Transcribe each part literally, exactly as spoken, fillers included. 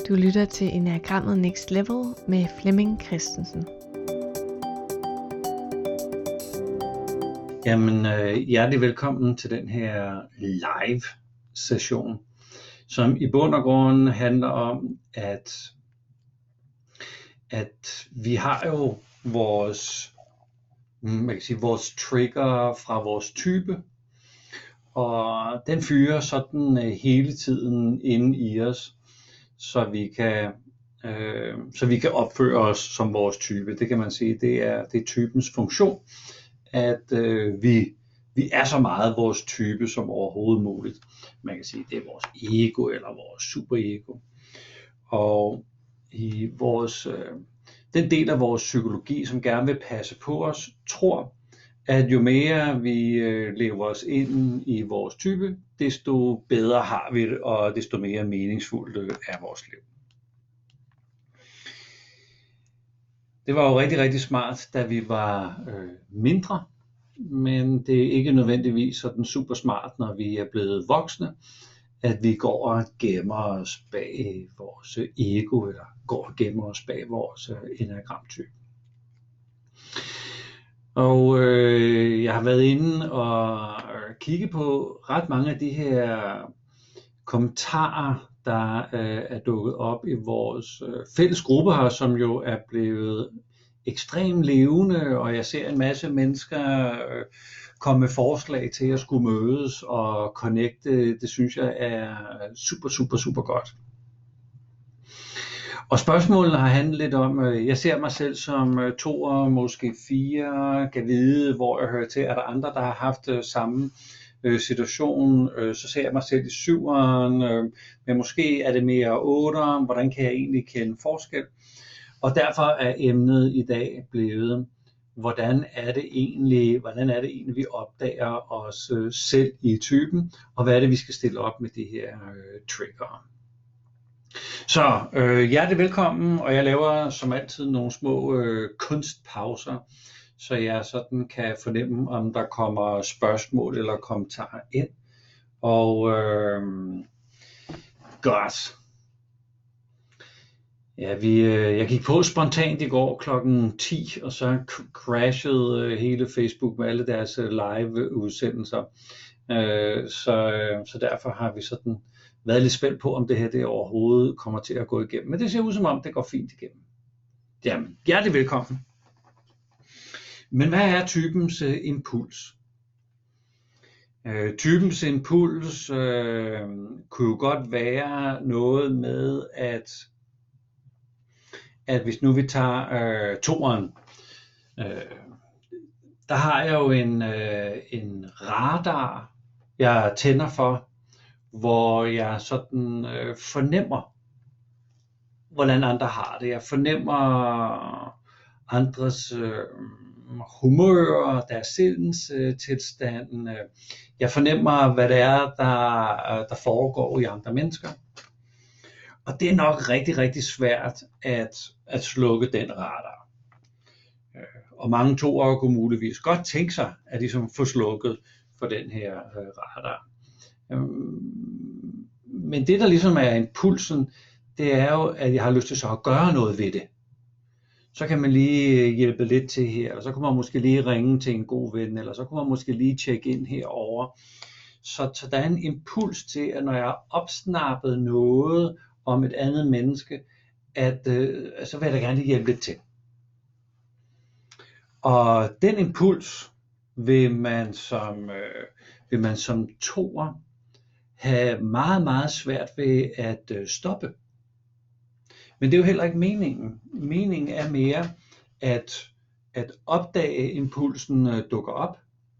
Du lytter til Enneagrammet Next Level med Flemming Christensen. Jamen, øh, hjertelig velkommen til den her live session, som i bund og grund handler om, at, at vi har jo vores, man kan sige, vores trigger fra vores type, og den fyrer sådan øh, hele tiden inde i os, så vi kan øh, så vi kan opføre os som vores type. Det kan man sige, det er det er typens funktion, at øh, vi vi er så meget vores type som overhovedet muligt. Man kan sige, det er vores ego eller vores superego. Og i vores øh, den del af vores psykologi, som gerne vil passe på os, tror, at jo mere vi øh, lever os ind i vores type, desto bedre har vi det, og desto mere meningsfuldt øh, er vores liv. Det var jo rigtig, rigtig smart, da vi var øh, mindre, men det er ikke nødvendigvis sådan super smart, når vi er blevet voksne, at vi går og gemmer os bag vores ego, eller går og gemmer os bag vores øh, enneagramtype. Og øh, jeg har været inde og kigge på ret mange af de her kommentarer, der øh, er dukket op i vores øh, fælles gruppe her, som jo er blevet ekstremt levende, og jeg ser en masse mennesker øh, komme med forslag til at skulle mødes og connecte. Det synes jeg er super, super, super godt. Og spørgsmålene har handlet lidt om, øh, jeg ser mig selv som øh, toer, måske fire, kan vide, hvor jeg hører til. Er der andre, der har haft øh, samme øh, situation, øh, så ser jeg mig selv i syveren, øh, men måske er det mere otteren, hvordan kan jeg egentlig kende forskel? Og derfor er emnet i dag blevet, hvordan er det egentlig, hvordan er det egentlig, vi opdager os øh, selv i typen, og hvad er det, vi skal stille op med de her øh, trigger. Så øh, hjertelig velkommen, og jeg laver som altid nogle små øh, kunstpauser, så jeg sådan kan fornemme, om der kommer spørgsmål eller kommentarer ind. Og øh, godt. Ja, vi, øh, jeg gik på spontant i går klokken ti, og så crashede øh, hele Facebook med alle deres øh, live udsendelser. Øh, så, øh, så derfor har vi sådan været lidt spændt på, om det her det overhovedet kommer til at gå igennem. Men det ser ud som om, det går fint igennem. Jamen, hjertelig velkommen. Men hvad er typens øh, impuls? Øh, typens impuls øh, kunne jo godt være noget med, at, at hvis nu vi tager øh, toeren, øh, der har jeg jo en, øh, en radar, jeg tænder for, hvor jeg sådan øh, fornemmer, hvordan andre har det. Jeg fornemmer andres øh, humør, deres sindenstilstand. Øh, jeg fornemmer, hvad det er, der, der foregår i andre mennesker. Og det er nok rigtig, rigtig svært at, at slukke den radar. Øh, og mange toere kunne muligvis godt tænke sig, at de som får slukket for den her øh, radar. Men det der ligesom er impulsen, det er jo, at jeg har lyst til så at gøre noget ved det. Så kan man lige hjælpe lidt til her, eller så kan man måske lige ringe til en god ven, eller så kan man måske lige tjekke ind herover. Så, så der er en impuls til, at når jeg har opsnappet noget om et andet menneske, at øh, så vil jeg da gerne lige hjælpe lidt til. Og den impuls vil man som, øh, vil man som toer have meget, meget svært ved at øh, stoppe. Men det er jo heller ikke meningen. Meningen er mere at, at opdage impulsen øh, dukker op,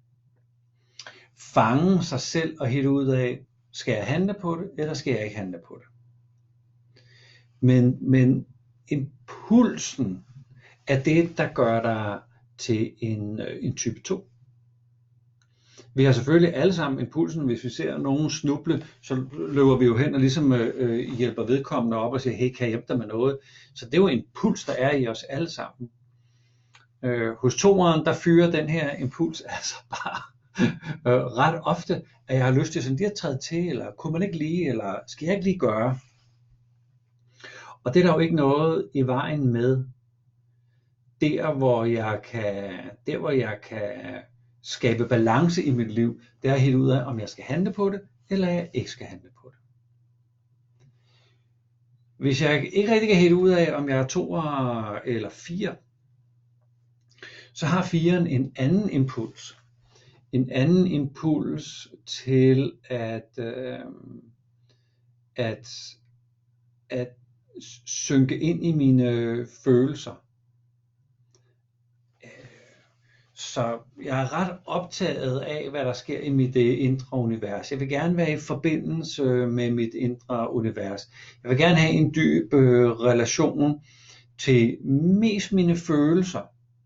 fange sig selv og hitte ud af, skal jeg handle på det, eller skal jeg ikke handle på det. Men, men impulsen er det, der gør dig til en, øh, en type to. Vi har selvfølgelig alle sammen impulsen, hvis vi ser nogen snuble, så løber vi jo hen og ligesom øh, hjælper vedkommende op og siger, hey, kan jeg hjælpe dig med noget? Så det er jo en impuls, der er i os alle sammen. Øh, hos toeren, der fyrer den her impuls altså bare øh, ret ofte, at jeg har lyst til sådan lige at træde til, eller kunne man ikke lige, eller skal jeg ikke lige gøre? Og det er der jo ikke noget i vejen med. Der hvor jeg kan, der hvor jeg kan skabe balance i mit liv, det er helt ud af, om jeg skal handle på det, eller jeg ikke skal handle på det. Hvis jeg ikke rigtig kan helt ud af, om jeg er to eller fire, så har firen en anden impuls. En anden impuls til at, øh, at, at synke ind i mine følelser. Så jeg er ret optaget af, hvad der sker i mit indre univers. Jeg vil gerne være i forbindelse med mit indre univers. Jeg vil gerne have en dyb relation til mest mine følelser.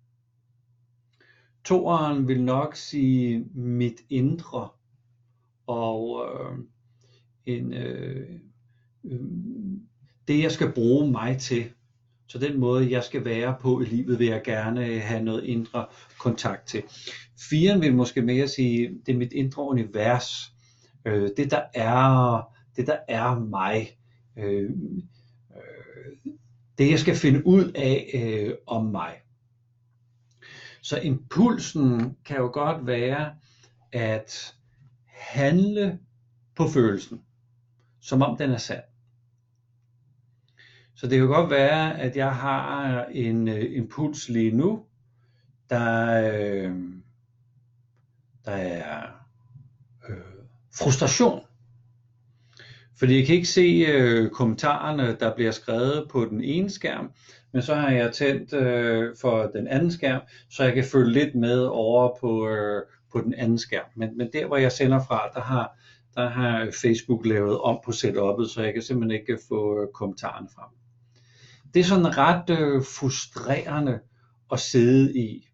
Toeren vil nok sige mit indre, og øh, en, øh, øh, det jeg skal bruge mig til. Så den måde jeg skal være på i livet, vil jeg gerne have noget indre kontakt til. Firen vil måske mere sige, det er mit indre univers. Øh, det der er, det der er mig. Øh, øh, det jeg skal finde ud af øh, om mig. Så impulsen kan jo godt være at handle på følelsen, som om den er sand. Så det kan godt være, at jeg har en øh, impuls lige nu, der, øh, der er øh, frustration. Fordi jeg kan ikke se øh, kommentarerne, der bliver skrevet på den ene skærm, men så har jeg tændt øh, for den anden skærm, så jeg kan følge lidt med over på, øh, på den anden skærm. Men, men der hvor jeg sender fra, der har, der har Facebook lavet om på setup'et, så jeg kan simpelthen ikke få øh, kommentarerne frem. Det er sådan ret øh, frustrerende at sidde i.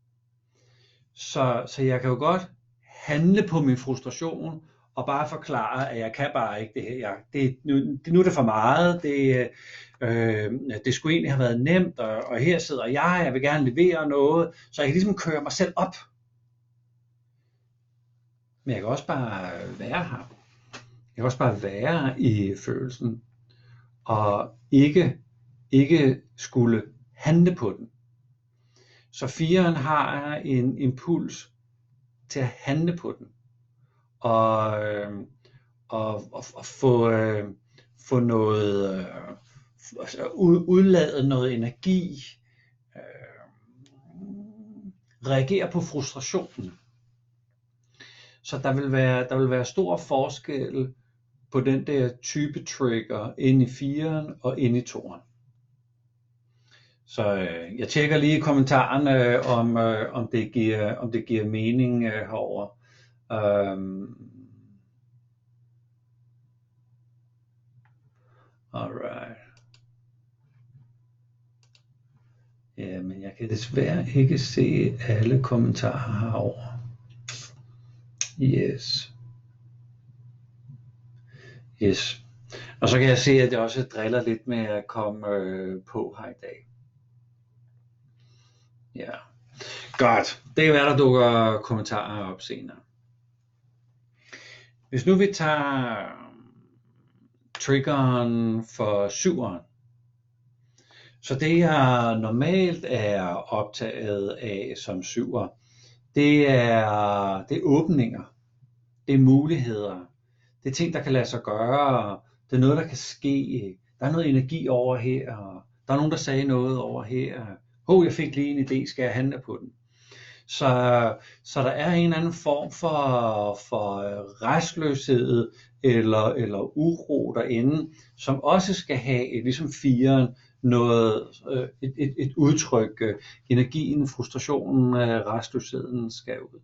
Så, så jeg kan jo godt handle på min frustration og bare forklare, at jeg kan bare ikke det her. Jeg, det, nu, det, nu er det for meget. Det, øh, det skulle egentlig have været nemt, og, og her sidder jeg, jeg vil gerne levere noget, så jeg kan ligesom køre mig selv op. Men jeg kan også bare være her. Jeg kan også bare være i følelsen, og ikke ikke skulle handle på den. Så fireren har en impuls til at handle på den, og, øh, og, og, og få, øh, få noget, øh, altså udlade noget energi, øh, reagere på frustrationen. Så der vil være, der vil være stor forskel på den der type trigger inde i fireren og inde i toeren. Så øh, jeg tjekker lige i kommentarerne, øh, om, øh, om, det giver, om det giver mening øh, herover. Um, alright. Ja, men jeg kan desværre ikke se alle kommentarer herover. Yes. Yes. Og så kan jeg se, at jeg også driller lidt med at komme øh, på her i dag. Ja, godt. Det kan være, der dukker kommentarer op senere. Hvis nu vi tager triggeren for syveren, så det jeg normalt er optaget af som syver, det er, det er åbninger, det er muligheder, det er ting, der kan lade sig gøre, det er noget, der kan ske, der er noget energi over her, der er nogen, der sagde noget over her, oh, jeg fik lige en idé, skal jeg handle på den? Så, så der er en eller anden form for, for restløshed eller, eller uro derinde, som også skal have, ligesom fireren, noget, et, et, et udtryk. Energien, frustrationen, restløsheden skal ud.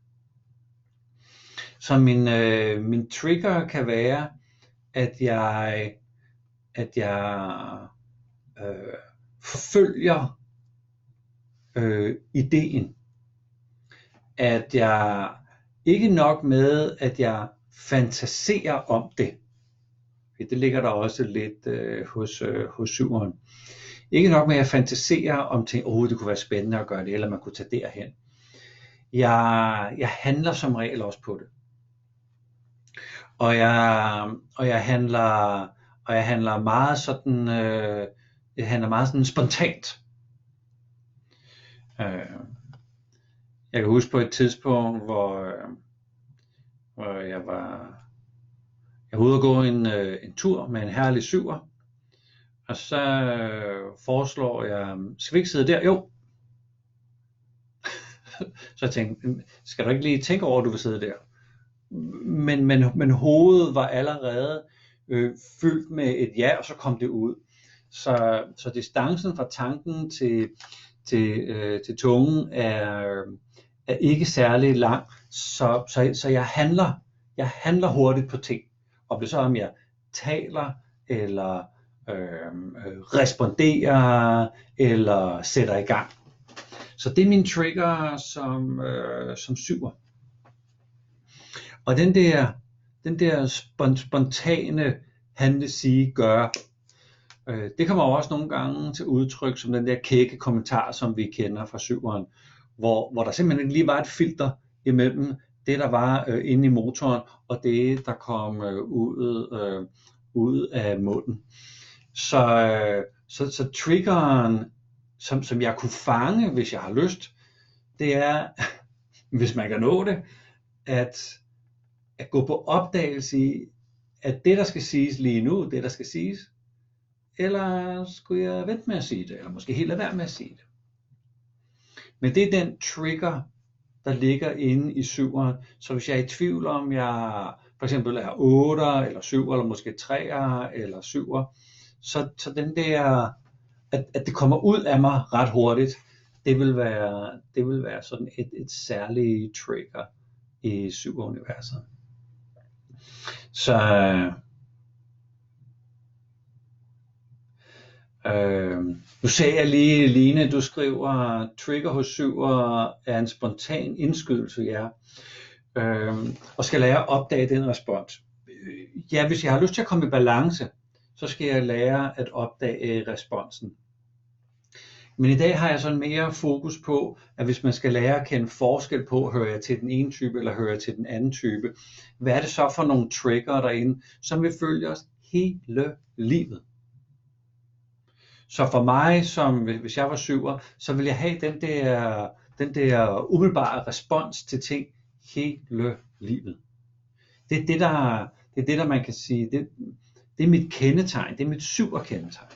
Så min, min trigger kan være, at jeg, at jeg øh, forfølger øh, ideen. At jeg ikke nok med, at jeg fantaserer om det. Det ligger der også lidt øh, hos, øh, hos syveren. Ikke nok med, at jeg fantaserer om ting, åh, oh, det kunne være spændende at gøre det, eller man kunne tage derhen. Jeg, jeg handler som regel også på det. Og jeg, og jeg handler, og jeg handler meget sådan, øh, jeg handler meget sådan spontant. Øh, jeg kan huske på et tidspunkt, hvor, øh, hvor jeg var, jeg var ude at gå en, øh, en tur med en herlig syver, og så øh, foreslår jeg, skal vi ikke sidde der? Jo. Så jeg tænkte, skal du ikke lige tænke over, at du vil sidde der? Men, men, men hovedet var allerede øh, fyldt med et ja, og så kom det ud. Så, så distancen fra tanken til, til, øh, til tungen er, er ikke særlig lang. Så, så, så jeg, handler, jeg handler hurtigt på ting. Og det så om jeg taler, eller øh, responderer, eller sætter i gang. Så det er min trigger som, øh, som syver. Og den der, den der spontane handle, sige, gøre, øh, det kommer også nogle gange til udtryk som den der kække kommentar, som vi kender fra syveren, hvor, hvor der simpelthen ikke lige var et filter imellem det, der var øh, inde i motoren, og det, der kom øh, ud, øh, ud af munden. Så, øh, så, så triggeren, som, som jeg kunne fange, hvis jeg har lyst, det er, hvis man kan nå det, at at gå på opdagelse i, at det der skal siges lige nu, det der skal siges, eller skulle jeg vente med at sige det, eller måske helt lade være med at sige det. Men det er den trigger, der ligger inde i syveren, så hvis jeg er i tvivl om, jeg for eksempel er otter, eller syv, eller måske treer, eller syver, så, så den der, at, at det kommer ud af mig ret hurtigt, det vil være, det vil være sådan et, et særligt trigger i syv-universet. Så øh, nu sagde jeg lige, Line, du skriver, trigger hos syver er en spontan indskydelse, ja, øh, og skal lære at opdage den respons. Ja, hvis jeg har lyst til at komme i balance, så skal jeg lære at opdage responsen. Men i dag har jeg sådan mere fokus på, at hvis man skal lære at kende forskel på, hører jeg til den ene type, eller hører jeg til den anden type, hvad er det så for nogle trigger derinde, som vil følge os hele livet? Så for mig, som hvis jeg var syver, så vil jeg have den der, den der umiddelbare respons til ting hele livet. Det er det, der, det er det, der man kan sige, det, det er mit kendetegn, det er mit syver-kendetegn.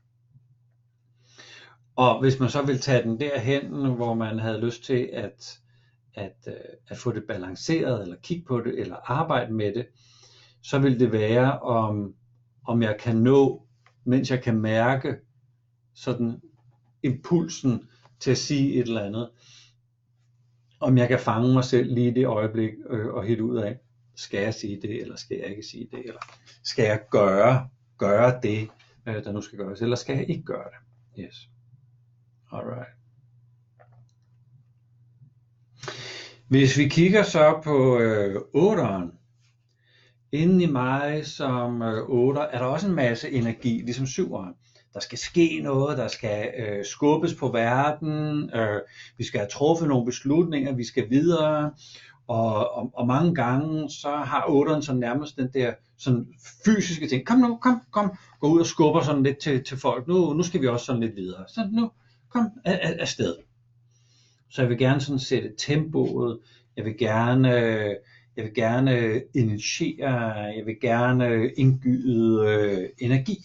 Og hvis man så vil tage den derhen, hvor man havde lyst til at, at, at få det balanceret, eller kigge på det, eller arbejde med det, så vil det være, om, om jeg kan nå, mens jeg kan mærke sådan impulsen til at sige et eller andet, om jeg kan fange mig selv lige i det øjeblik øh, og hitte ud af, skal jeg sige det, eller skal jeg ikke sige det, eller skal jeg gøre, gøre det, øh, der nu skal gøres, eller skal jeg ikke gøre det. Yes. Alright. Hvis vi kigger så på øh, otteren, inden i mig som øh, otter, er der også en masse energi, ligesom syveren. Der skal ske noget, der skal øh, skubbes på verden, øh, vi skal have truffet nogle beslutninger, vi skal videre, og, og, og mange gange så har otteren så nærmest den der sådan fysiske ting, kom nu, kom, kom, gå ud og skubber sådan lidt til, til folk, nu, nu skal vi også sådan lidt videre, så nu, kom afsted. Så jeg vil gerne sådan sætte tempoet, jeg vil gerne, jeg vil gerne initiere, jeg vil gerne indgyde øh, energi.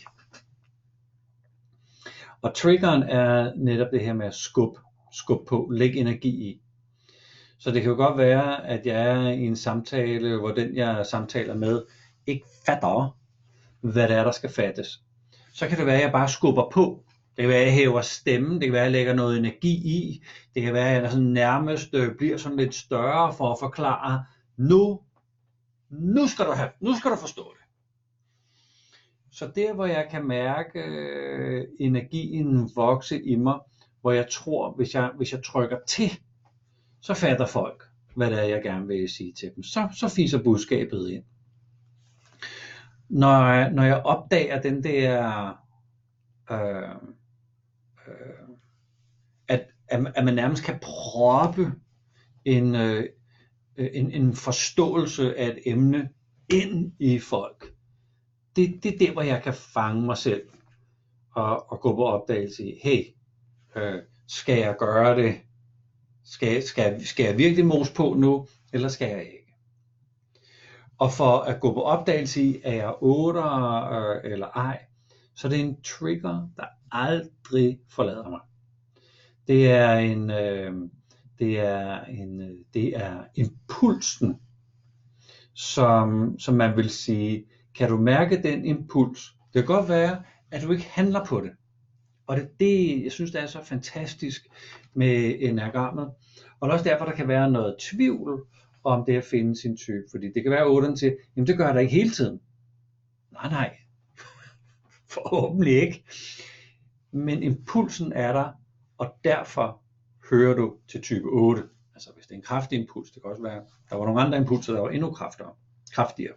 Og triggeren er netop det her med at skubbe, skubbe på, lægge energi i. Så det kan jo godt være, at jeg er i en samtale, hvor den jeg samtaler med ikke fatter, hvad det er, der skal fattes. Så kan det være, at jeg bare skubber på. Det kan være, at jeg hæver stemmen, det kan være, at jeg lægger noget energi i, det kan være, at jeg sådan nærmest øh, bliver sådan lidt større for at forklare, nu, nu skal du have, nu skal du forstå det. Så der, hvor jeg kan mærke øh, energien vokse i mig, hvor jeg tror, hvis jeg, hvis jeg trykker til, så fatter folk, hvad det er, jeg gerne vil sige til dem. Så, så fiser budskabet ind. Når, når jeg opdager den der, øh, øh, at, at man nærmest kan proppe en, øh, en, en forståelse af et emne ind i folk, det, det er der, hvor jeg kan fange mig selv og, og gå på opdagelse i, hey, øh, skal jeg gøre det? Skal, skal, skal jeg virkelig mose på nu, eller skal jeg ikke? Og for at gå på opdagelse i, er jeg otter øh, eller ej, så det er en trigger, der aldrig forlader mig. Det er en, øh, det er en, det er impulsen, som, som man vil sige, kan du mærke den impuls? Det kan godt være, at du ikke handler på det. Og det, det jeg synes, det er så fantastisk med enagrammet. Og det er også derfor, der kan være noget tvivl om det at finde sin type. Fordi det kan være otteren til, jamen det gør jeg da ikke hele tiden. Nej, nej. Forhåbentlig ikke. Men impulsen er der, og derfor hører du til type otte. Altså hvis det er en kraftig impuls, det kan også være, der var nogle andre impulser, der var endnu kraftigere. kraftigere.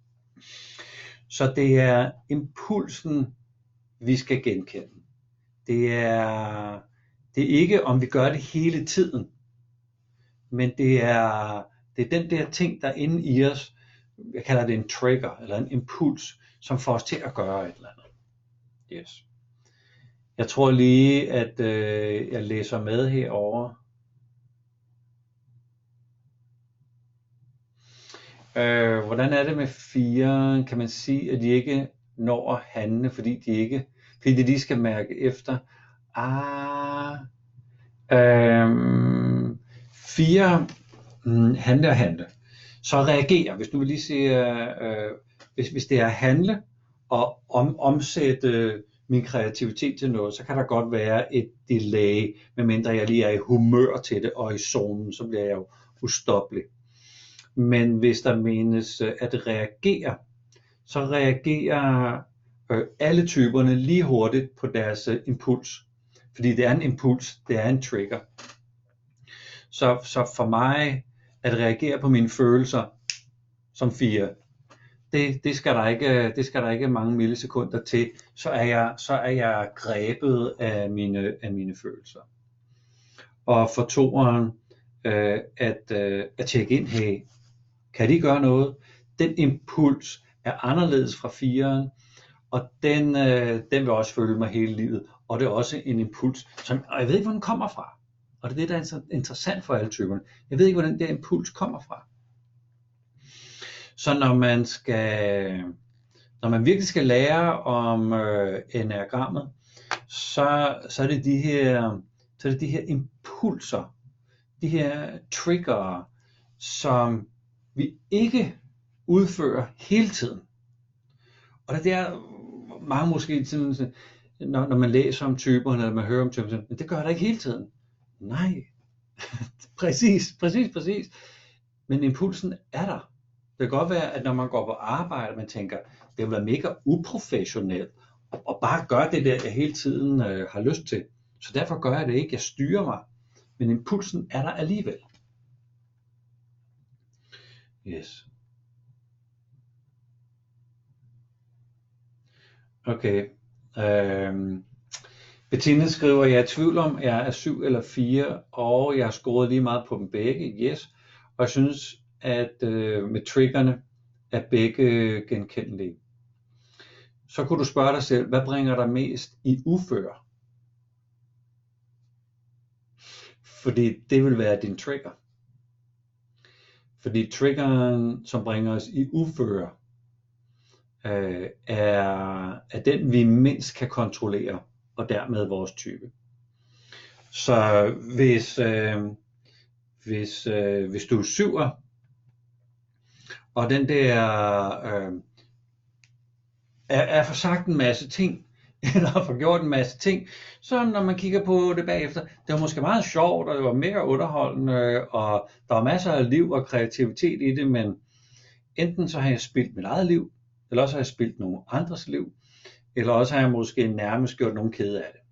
Så det er impulsen, vi skal genkende. Det er, det er ikke, om vi gør det hele tiden, men det er, det er den der ting, der er inde i os, jeg kalder det en trigger, eller en impuls, som får os til at gøre et eller andet. Yes. Jeg tror lige, at øh, jeg læser med herovre. Øh, hvordan er det med fire? Kan man sige, at de ikke når at handle, fordi de ikke, fordi de lige skal mærke efter? Ah, øh, fire hmm, handle og handle. Så reagere. Hvis du vil lige sige, øh, hvis, hvis det er handle og om, omsætte min kreativitet til noget, så kan der godt være et delay, medmindre jeg lige er i humør til det, og i zonen, så bliver jeg jo ustoppelig. Men hvis der menes at reagere, så reagerer øh, alle typerne lige hurtigt på deres øh, impuls. Fordi det er en impuls, det er en trigger. Så, så for mig at reagere på mine følelser som fire, det, det, skal der ikke, det skal der ikke mange millisekunder til, så er jeg, så er jeg grebet af mine, af mine følelser. Og for toeren, øh, at, øh, at tjekke ind, hey, kan de gøre noget? Den impuls er anderledes fra fireren, og den, øh, den vil også følge mig hele livet. Og det er også en impuls, som og jeg ved ikke, hvor den kommer fra. Og det er det, der er så interessant for alle typerne. Jeg ved ikke, hvor den der impuls kommer fra. Så når man skal, når man virkelig skal lære om øh, enagrammet, så, så er det de her, så er det de her impulser, de her trigger, som vi ikke udfører hele tiden. Og det er mange måske sådan, når, når man læser om typerne, eller man hører om typerne, men det gør det ikke hele tiden. Nej, præcis, præcis, præcis. Men impulsen er der. Det kan godt være, at når man går på arbejde, man tænker, det vil være mega uprofessionelt, og bare gøre det der, jeg hele tiden øh, har lyst til. Så derfor gør jeg det ikke, jeg styrer mig. Men impulsen er der alligevel. Yes. Okay. Øhm. Bettina skriver, jeg er i tvivl om, jeg er syv eller fire, og jeg har scoret lige meget på dem begge. Yes. Og jeg synes, at øh, med triggerne er begge genkendelige. Så kunne du spørge dig selv, hvad bringer dig mest i uføre? Fordi det vil være din trigger. Fordi triggeren, som bringer os i uføre, øh, er, er den, vi mindst kan kontrollere, og dermed vores type. Så hvis, øh, hvis, øh, hvis du er syver, og den der øh, er, er for sagt en masse ting, eller har for gjort en masse ting, så når man kigger på det bagefter, det var måske meget sjovt, og det var mega underholdende, og der var masser af liv og kreativitet i det, men enten så har jeg spildt mit eget liv, eller også har jeg spildt nogle andres liv, eller også har jeg måske nærmest gjort nogen kede af det.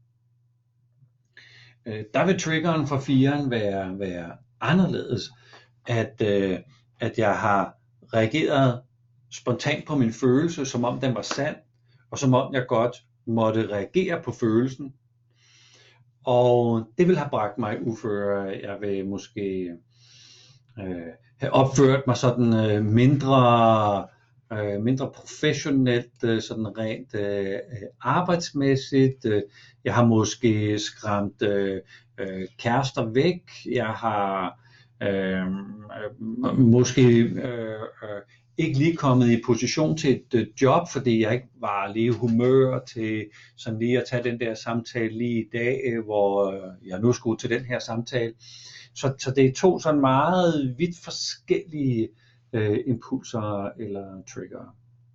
Øh, der vil triggeren for fireren være, være anderledes, at, øh, at jeg har reageret spontant på min følelse, som om den var sand, og som om jeg godt måtte reagere på følelsen. Og det vil have bragt mig uføre. Jeg vil måske øh, have opført mig sådan øh, mindre øh, mindre professionelt, øh, sådan rent øh, arbejdsmæssigt. Jeg har måske skræmt øh, øh, kærester væk. Jeg har øh, øh, måske øh, øh, ikke lige kommet i position til et øh, job, fordi jeg ikke var lige i humør til sådan lige at tage den der samtale lige i dag, øh, hvor øh, jeg nu skulle til den her samtale. Så, så det er to sådan meget vidt forskellige øh, impulser eller trigger.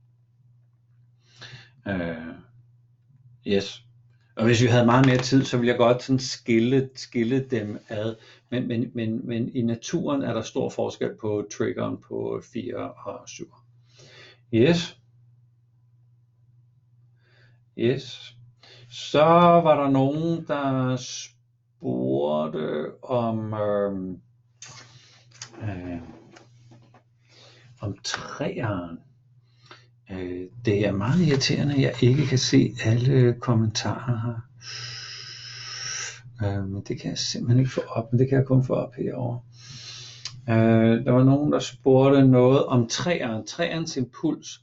Øh, yes. Og hvis vi havde meget mere tid, så ville jeg godt sådan skille, skille dem ad. Men, men, men, men i naturen er der stor forskel på triggeren på fire og syv. Yes. Yes. Så var der nogen, der spurgte om øh, øh, om træeren. Øh, det er meget irriterende, at jeg ikke kan se alle kommentarer her. Øh, men det kan jeg simpelthen ikke få op, men det kan jeg kun få op herovre. Øh, der var nogen, der spurgte noget om træeren, træerens impuls.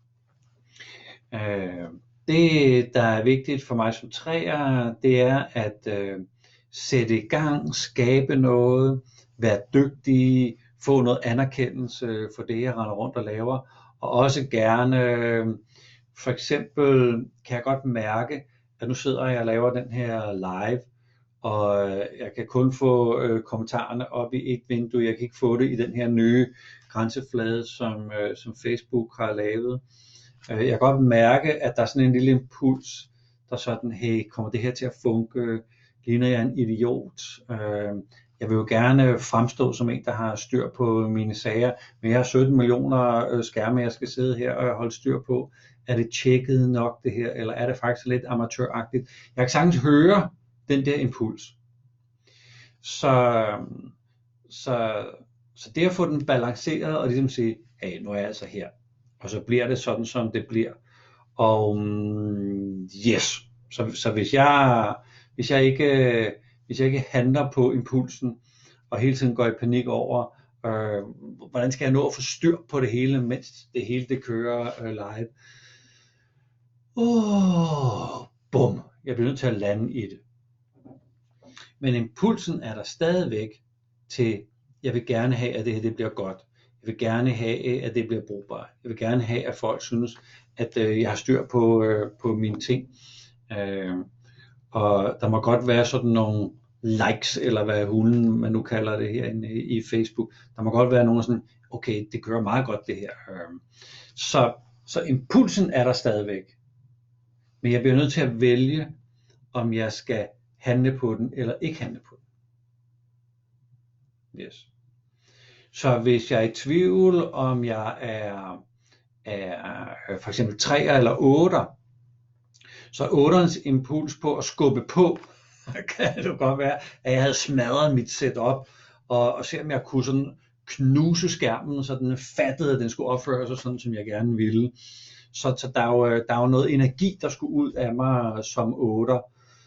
Øh, det, der er vigtigt for mig som træer, det er at øh, sætte i gang, skabe noget, være dygtig, få noget anerkendelse for det, jeg render rundt og laver. Og også gerne, for eksempel kan jeg godt mærke, at nu sidder jeg og laver den her live, og jeg kan kun få øh, kommentarerne op i et vindue. Jeg kan ikke få det i den her nye grænseflade, som, øh, som Facebook har lavet. Jeg kan godt mærke, at der er sådan en lille impuls, der sådan, hey, kommer det her til at funke? Ligner jeg en idiot? Øh, Jeg vil jo gerne fremstå som en, der har styr på mine sager, men jeg har sytten millioner skærme, jeg skal sidde her og holde styr på. Er det tjekket nok det her, eller er det faktisk lidt amatøragtigt? Jeg kan sagtens høre den der impuls. Så, så, så det at få den balanceret og ligesom sige, hey, nu er jeg altså her. Og så bliver det sådan, som det bliver. Og yes, så, så hvis jeg, hvis jeg ikke... Hvis jeg ikke handler på impulsen, og hele tiden går i panik over, øh, hvordan skal jeg nå at få styr på det hele, mens det hele det kører øh, live. Oh, bum, jeg bliver nødt til at lande i det. Men impulsen er der stadigvæk til, jeg vil gerne have, at det her det bliver godt. Jeg vil gerne have, at det bliver brugbart. Jeg vil gerne have, at folk synes, at øh, jeg har styr på, øh, på mine ting. Øh, og der må godt være sådan nogle likes, eller hvad hulen man nu kalder det herinde i Facebook. Der må godt være nogen sådan, okay, det kører meget godt det her. Så, så impulsen er der stadigvæk. Men jeg bliver nødt til at vælge, om jeg skal handle på den, eller ikke handle på den. Yes. Så hvis jeg er i tvivl, om jeg er, er for eksempel treer eller otter, så otterens impuls på at skubbe på, kan det godt være, at jeg havde smadret mit setup, og, og se om jeg kunne sådan knuse skærmen, så den fattede, at den skulle opføre sig sådan, som jeg gerne ville. Så, så der, er jo, der er jo noget energi, der skulle ud af mig som otter,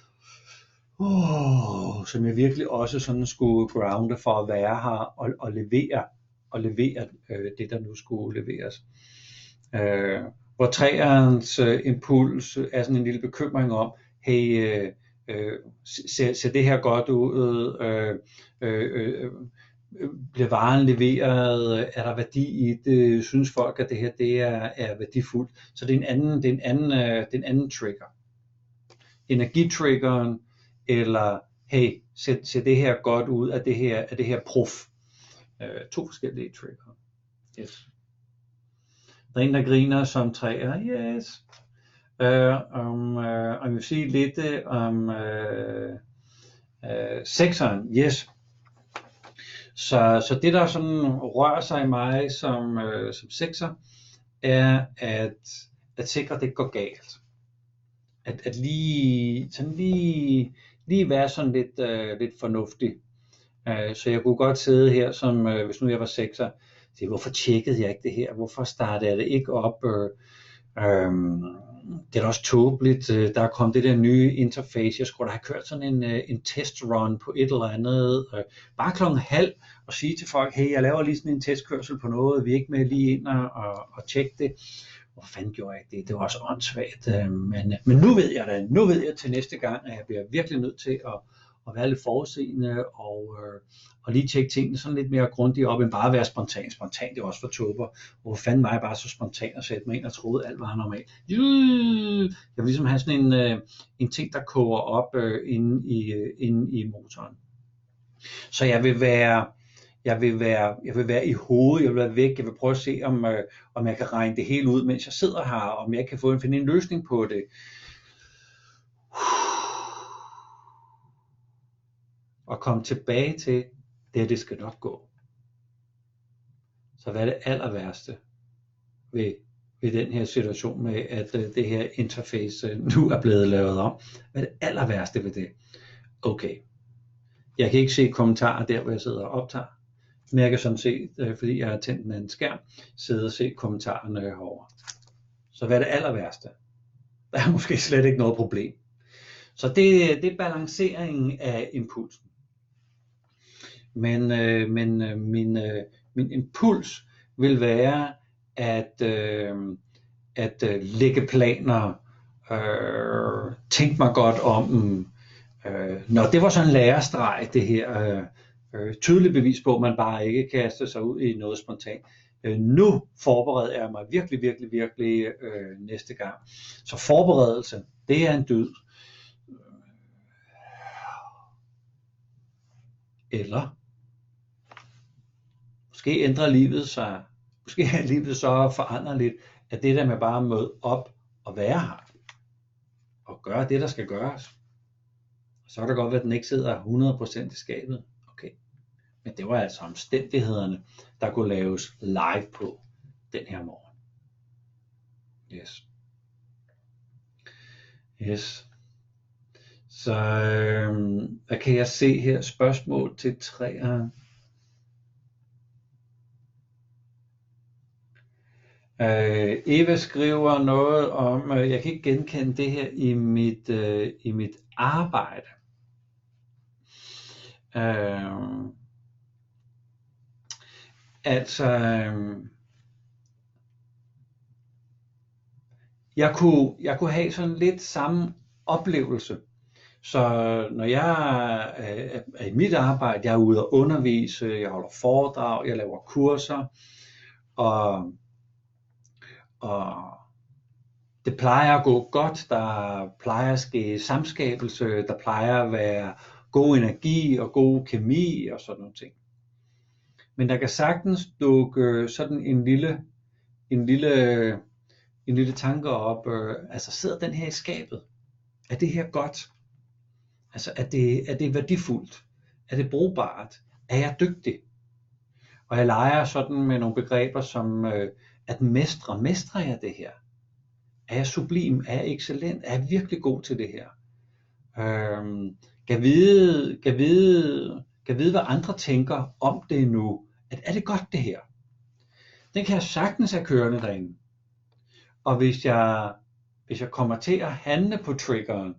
oh, som jeg virkelig også sådan skulle grounde for at være her og, og levere, og levere øh, det, der nu skulle leveres. Øh, hvor træerens øh, impuls er sådan en lille bekymring om, hey, øh, øh, ser, ser det her godt ud, øh, øh, øh, bliver varen leveret, er der værdi i det, synes folk, at det her det er, er værdifuldt. Så det er en anden, det er en anden, øh, det er en anden trigger. Energitriggeren, eller hey, ser, ser det her godt ud, er det her, er det her prof. Øh, to forskellige trigger. Yes. Der er en, der griner som træer. Yes. Uh, om, uh, og jeg vil sige lidt om uh, uh, sekseren. Yes. Så, så det, der sådan rører sig i mig som, uh, som sekser, er at, at sikre, at det ikke går galt. At, at lige, sådan lige, lige være sådan lidt, uh, lidt fornuftig. Uh, så jeg kunne godt sidde her, som uh, hvis nu jeg var sekser, sige, hvorfor tjekkede jeg ikke det her? Hvorfor startede jeg det ikke op? Uh, um, det er da også tåbeligt, der er kommet det der nye interface, jeg skulle da have kørt sådan en, en testrun på et eller andet, bare klokken halv, og sige til folk, hey, jeg laver lige sådan en testkørsel på noget, vi er ikke med lige ind og, og, og tjekke det. Hvor fanden gjorde jeg det? Det var også åndssvagt, men, men nu ved jeg det, nu ved jeg til næste gang, at jeg bliver virkelig nødt til at, at være lidt forudseende og, og lige tjekke tingene sådan lidt mere grundigt op, end bare at være spontan. Spontan, det er også for tåber. Hvor fanden var jeg bare så spontan og sætte mig ind og troede, alt var normalt. Jeg vil ligesom have sådan en, en ting, der koger op inde i, inde i motoren. Så jeg vil være, jeg vil være, jeg vil være i hovedet, jeg vil være væk, jeg vil prøve at se, om, om jeg kan regne det hele ud, mens jeg sidder her, om jeg kan få en, finde en løsning på det. Og komme tilbage til, det det skal nok gå. Så hvad er det aller værste ved, ved den her situation med, at det her interface nu er blevet lavet om? Hvad er det aller værste ved det? Okay, jeg kan ikke se kommentarer der, hvor jeg sidder og optager, men jeg kan sådan se, fordi jeg har tændt en anden skærm, sidde og se kommentarerne herovre. Så hvad er det aller værste? Der er måske slet ikke noget problem. Så det, det er balanceringen af impulsen. Men, øh, men øh, min, øh, min impuls vil være at, øh, at øh, lægge planer, øh, tænke mig godt om. Øh, når det var sådan en lærestreg, det her øh, øh, tydeligt bevis på, at man bare ikke kaster sig ud i noget spontant. Øh, nu forbereder jeg mig virkelig, virkelig, virkelig øh, næste gang. Så forberedelse, det er en dyd. Eller måske ændrer livet sig, måske er livet så foranderligt, at det der med bare at møde op og være her, og gøre det, der skal gøres, så kan det godt være, at den ikke sidder hundrede procent i skabet. Okay. Men det var altså omstændighederne, der kunne laves live på den her morgen. Yes. Yes. Så øh, hvad kan jeg se her? Spørgsmål til træerne. Øh, Eva skriver noget om, øh, jeg kan ikke genkende det her i mit, øh, i mit arbejde. Øh, altså, øh, jeg, kunne, jeg kunne have sådan lidt samme oplevelse. Så når jeg er i mit arbejde, jeg er ude at undervise, jeg holder foredrag, jeg laver kurser, og, og det plejer at gå godt, der plejer at ske samskabelse, der plejer at være god energi og god kemi og sådan nogle ting. Men der kan sagtens dukke sådan en lille, en lille, en lille tanke op, altså sidder den her i skabet? Er det her godt? Altså er det, er det værdifuldt? Er det brugbart? Er jeg dygtig? Og jeg leger sådan med nogle begreber som øh, at mestre. Mestrer jeg det her? Er jeg sublim? Er jeg excellent? Er jeg virkelig god til det her? Øhm, kan vide, kan vide, kan vide, hvad andre tænker om det nu. At, er det godt det her? Den kan jeg sagtens have kørende derinde. Og hvis jeg, hvis jeg kommer til at handle på triggeren,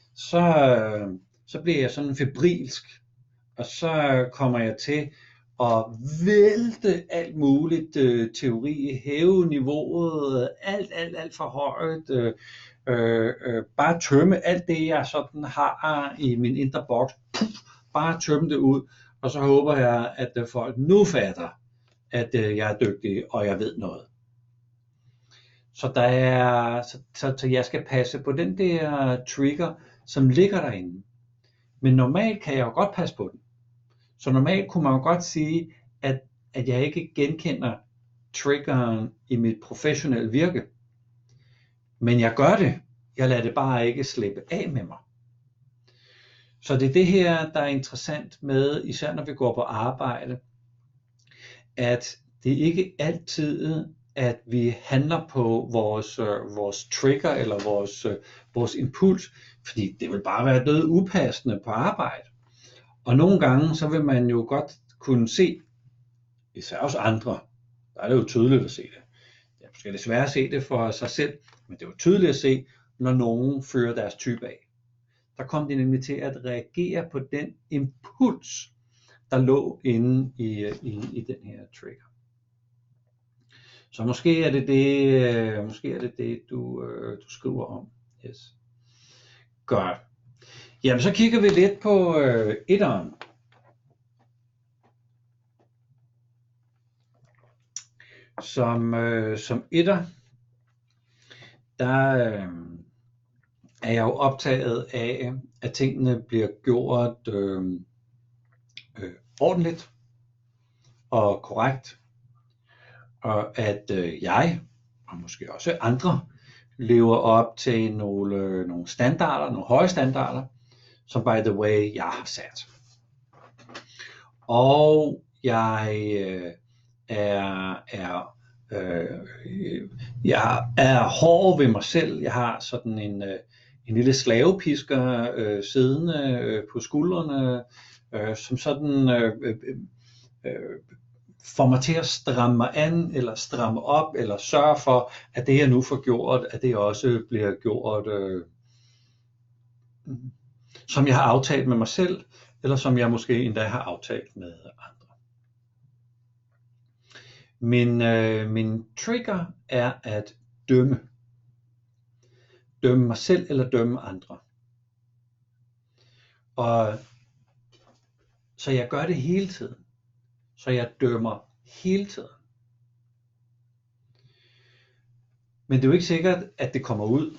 så, så bliver jeg sådan febrilsk, og så kommer jeg til at vælte alt muligt øh, teori, hæve niveauet, alt, alt, alt for højt, øh, øh, bare tømme alt det, jeg sådan har i min indre boks, bare tømme det ud, og så håber jeg, at folk nu fatter, at øh, jeg er dygtig, og jeg ved noget. Så, der er, så, så, så jeg skal passe på den der trigger, som ligger derinde. Men normalt kan jeg jo godt passe på den. Så normalt kunne man jo godt sige, at, at jeg ikke genkender triggeren i mit professionelle virke. Men jeg gør det. Jeg lader det bare ikke slippe af med mig. Så det er det her, der er interessant med, især når vi går på arbejde, at det ikke altid at vi handler på vores, øh, vores trigger eller vores, øh, vores impuls, fordi det vil bare være død upassende på arbejde. Og nogle gange, så vil man jo godt kunne se, især også andre, der er det jo tydeligt at se det. Det er måske lidt svært at se det for sig selv, Men det var tydeligt at se, når nogen fører deres type af. Der kom de nemlig til at reagere på den impuls, der lå inde i, i, i den her trigger. Så måske er det det, måske er det, det du, du skriver om. Yes. Godt. Jamen så kigger vi lidt på øh, etteren. Som, øh, som etter, der øh, er jeg jo optaget af, at tingene bliver gjort øh, øh, ordentligt og korrekt, og at øh, jeg, og måske også andre, lever op til nogle, nogle standarder, nogle høje standarder, som by the way, jeg har sat. Og jeg øh, er, er, øh, jeg er hård ved mig selv. Jeg har sådan en, øh, en lille slavepisker øh, siddende øh, på skuldrene, øh, som sådan øh, øh, øh, får mig til at stramme mig an, eller stramme op, eller sørge for, at det jeg nu får gjort, at det også bliver gjort, øh, som jeg har aftalt med mig selv, eller som jeg måske endda har aftalt med andre. Min, øh, min trigger er at dømme. Dømme mig selv eller dømme andre. Og så jeg gør det hele tiden. Så jeg dømmer hele tiden. Men det er jo ikke sikkert, at det kommer ud.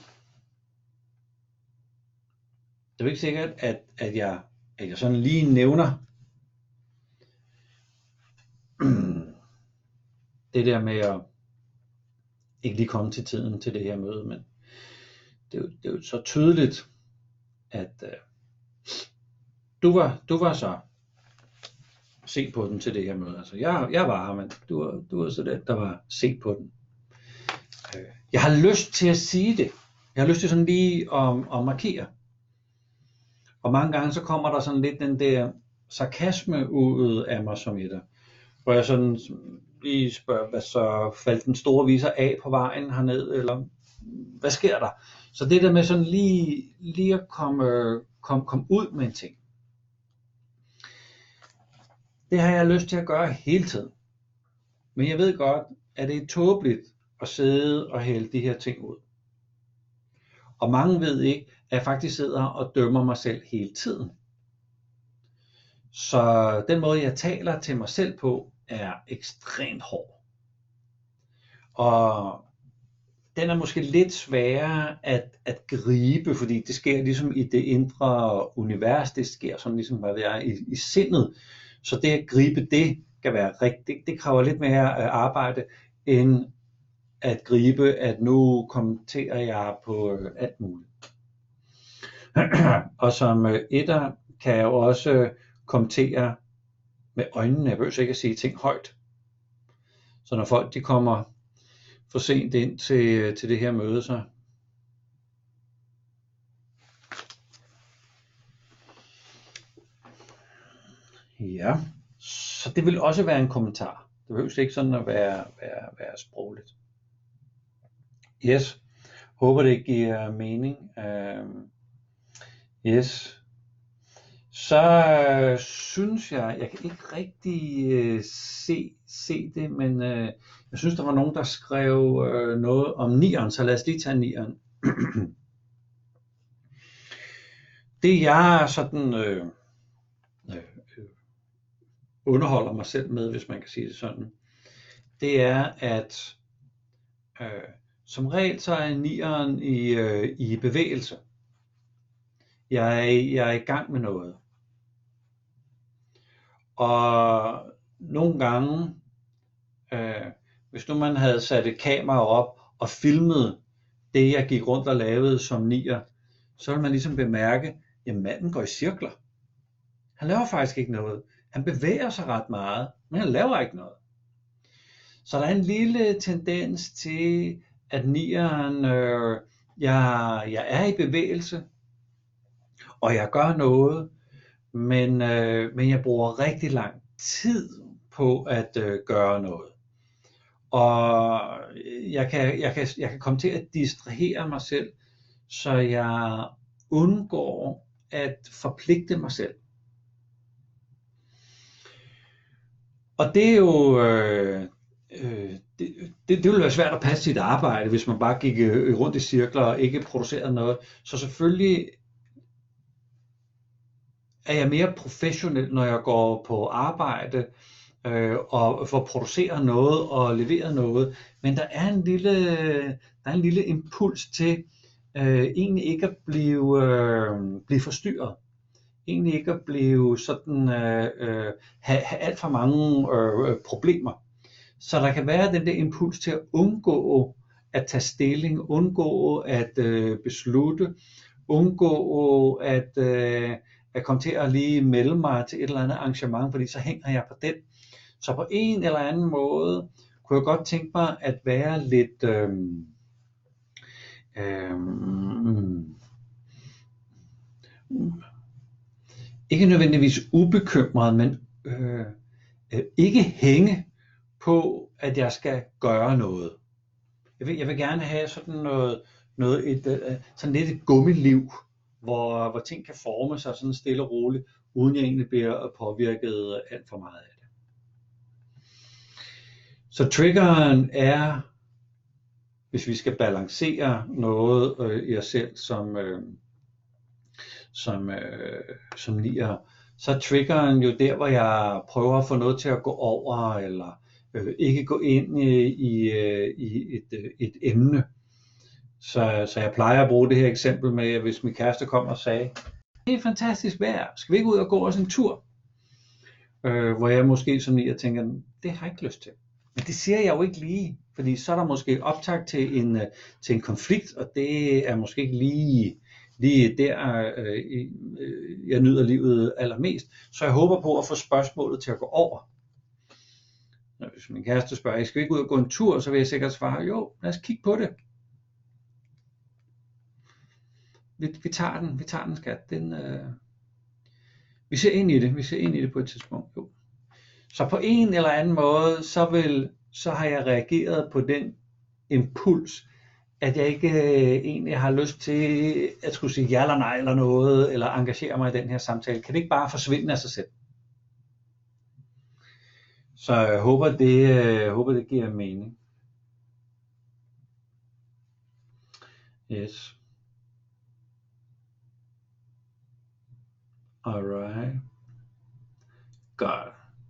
Det er jo ikke sikkert, at, at, jeg, at jeg sådan lige nævner det der med at ikke lige komme til tiden til det her møde, men det er jo, det er jo så tydeligt, at uh, du, var, du var så se på den til det her møde. Altså, jeg, jeg var her, men du var, du var så den, der var se på den. Uh, jeg har lyst til at sige det. Jeg har lyst til sådan lige at, at markere. Og mange gange så kommer der sådan lidt den der sarkasme ud af mig som etter, hvor jeg sådan lige spørger, hvad så faldt den store viser af på vejen herned, eller hvad sker der? Så det der med sådan lige, lige at komme, komme, komme ud med en ting, det har jeg lyst til at gøre hele tiden. Men jeg ved godt, at det er tåbeligt at sidde og hælde de her ting ud. Og mange ved ikke, at jeg faktisk sidder og dømmer mig selv hele tiden. Så den måde, jeg taler til mig selv på, er ekstremt hård. Og den er måske lidt sværere at, at gribe, fordi det sker ligesom i det indre univers, det sker sådan ligesom, hvad det er, i, i sindet. Så det at gribe det, kan være rigtigt, det kræver lidt mere arbejde, end at gribe, at nu kommenterer jeg på alt muligt. Og som etter kan jeg jo også kommentere med øjnene. Jeg behøver ikke at sige ting højt. Så når folk de kommer for sent ind til, til det her møde, så ja, så det vil også være en kommentar. Det behøver ikke sådan at være, være, være sprogligt. Yes, håber det giver mening. Uh, yes. Så øh, synes jeg, jeg kan ikke rigtig øh, se, se det, men øh, jeg synes, der var nogen, der skrev øh, noget om nieren, så lad os lige tage nieren. Det jeg sådan øh, øh, underholder mig selv med, hvis man kan sige det sådan, det er, at øh, som regel så er nieren i, øh, i bevægelse. Jeg, jeg er i gang med noget. Og nogle gange, øh, hvis nu man havde sat et kamera op og filmet det, jeg gik rundt og lavede som nier, så ville man ligesom bemærke, at manden går i cirkler. Han laver faktisk ikke noget. Han bevæger sig ret meget, men han laver ikke noget. Så der er en lille tendens til, at nieren, øh, jeg, jeg er i bevægelse, og jeg gør noget, men, øh, men jeg bruger rigtig lang tid på at øh, gøre noget. og jeg kan, jeg, kan, jeg kan komme til at distrahere mig selv, så jeg undgår at forpligte mig selv. Og det er jo øh, øh, det, det, det ville være svært at passe sit arbejde, hvis man bare gik øh, rundt i cirkler og ikke producerede noget. Så selvfølgelig er jeg mere professionel, når jeg går på arbejde øh, og får produceret noget og leveret noget. Men der er en lille, der er en lille impuls til øh, egentlig ikke at blive, øh, blive forstyrret. Egentlig ikke at blive sådan, øh, øh, have, have alt for mange øh, problemer. Så der kan være den der impuls til at undgå at tage stilling, undgå at øh, beslutte, undgå at, øh, at komme til at lige melde mig til et eller andet arrangement, fordi så hænger jeg på den. Så på en eller anden måde kunne jeg godt tænke mig at være lidt øh, øh, ikke nødvendigvis ubekymret, men øh, øh, ikke hænge på, at jeg skal gøre noget. Jeg vil, jeg vil gerne have sådan noget, noget et, øh, sådan lidt et gummiliv, hvor, hvor ting kan forme sig sådan stille og roligt, uden jeg egentlig bliver påvirket alt for meget af det. Så triggeren er, hvis vi skal balancere noget øh, i os selv som øh, som, øh, som nier, så er triggeren jo der, hvor jeg prøver at få noget til at gå over, eller øh, ikke gå ind i, i, i et, et emne. Så, så jeg plejer at bruge det her eksempel med, at hvis min kæreste kom og sagde, det er fantastisk vejr, skal vi ikke ud og gå os en tur? Øh, hvor jeg måske som nier tænker, det har jeg ikke lyst til. Men det siger jeg jo ikke lige, fordi så er der måske optakt til en, til en konflikt, og det er måske ikke lige lige der, øh, øh, jeg nyder livet allermest. Så jeg håber på at få spørgsmålet til at gå over. Hvis min kæreste spørger, skal vi ikke ud og gå en tur, så vil jeg sikkert svare, jo, lad os kigge på det. Vi, vi tager den, vi tager den skat. Den, øh... Vi ser ind i det, vi ser ind i det på et tidspunkt. Jo. Så på en eller anden måde, så, vil, så har jeg reageret på den impuls, at jeg ikke øh, egentlig har lyst til at skulle sige ja eller nej eller noget, eller engagere mig i den her samtale. Kan det ikke bare forsvinde af sig selv? Så jeg håber, det, jeg håber, det giver mening. Yes. Alright. Godt.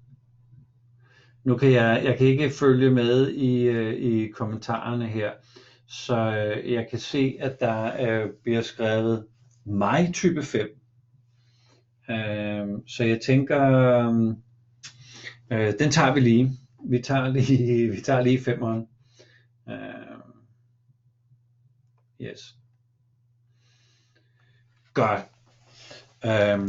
Nu kan jeg, jeg kan ikke følge med i, i kommentarerne her. Så jeg kan se, at der øh, bliver skrevet mig type fem. Øh, så jeg tænker, øh, den tager vi lige. Vi tager lige, vi tager lige femmeren. Øh, yes. Godt. Øh,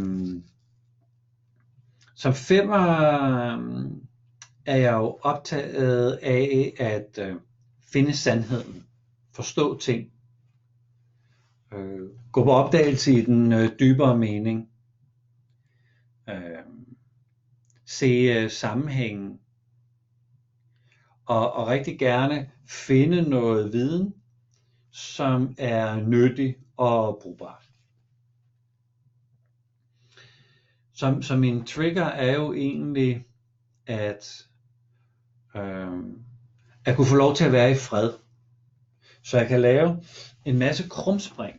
som femmer er jeg jo optaget af at øh, finde sandheden. Forstå ting, øh, gå på opdagelse i den øh, dybere mening, øh, se øh, sammenhængen, og, og rigtig gerne finde noget viden, som er nyttig og brugbart. Så, så min trigger er jo egentlig at, øh, at kunne få lov til at være i fred. Så jeg kan lave en masse krumspring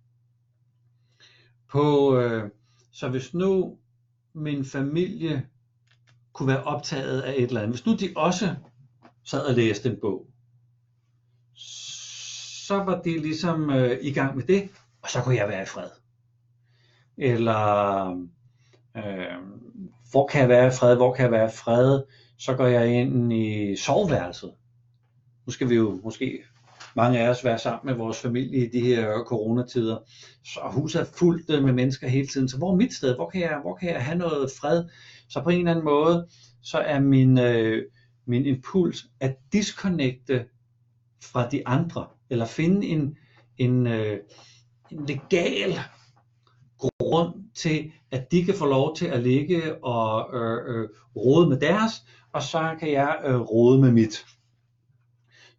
på, øh, så hvis nu min familie kunne være optaget af et eller andet, hvis nu de også sad og læste en bog, så var de ligesom øh, i gang med det, og så kunne jeg være i fred. Eller øh, hvor kan jeg være i fred, hvor kan jeg være i fred, så går jeg ind i soveværelset. Nu skal vi jo måske mange af os være sammen med vores familie i de her coronatider, så huset er fuldt med mennesker hele tiden, så hvor er mit sted, hvor kan jeg, hvor kan jeg have noget fred? Så på en eller anden måde, så er min, øh, min impuls at disconnecte fra de andre, eller finde en, en, øh, en legal grund til, at de kan få lov til at ligge og øh, øh, rode med deres, og så kan jeg øh, rode med mit.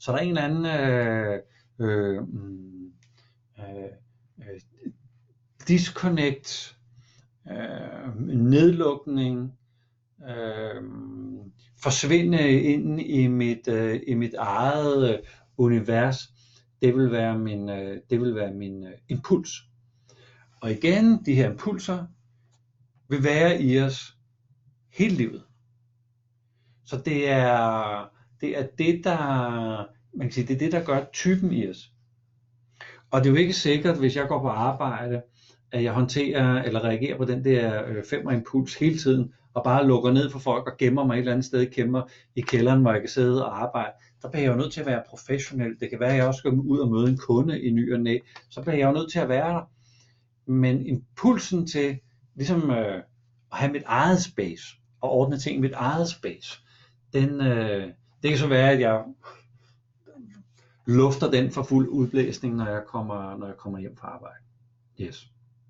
Så der er en eller anden øh, øh, øh, øh, disconnect, øh, nedlukning, øh, forsvinde ind i mit, øh, i mit eget øh, univers. Det vil være min, øh, det vil være min øh, impuls. Og igen, de her impulser vil være i os hele livet. Så det er det, er det der man kan sige, det er det, der gør typen i os. Og det er jo ikke sikkert, hvis jeg går på arbejde, at jeg håndterer eller reagerer på den der øh, femmerimpuls hele tiden, og bare lukker ned for folk og gemmer mig et eller andet sted, gemmer i kælderen, hvor jeg kan sidde og arbejde. Der bliver jeg jo nødt til at være professionel. Det kan være, at jeg også skal ud og møde en kunde i ny og næ. Så bliver jeg jo nødt til at være der. Men impulsen til ligesom øh, at have mit eget space, og ordne ting i mit eget space, den, øh, det kan så være, at jeg lufter den for fuld udblæsning, når jeg kommer, når jeg kommer hjem fra arbejde. Yes.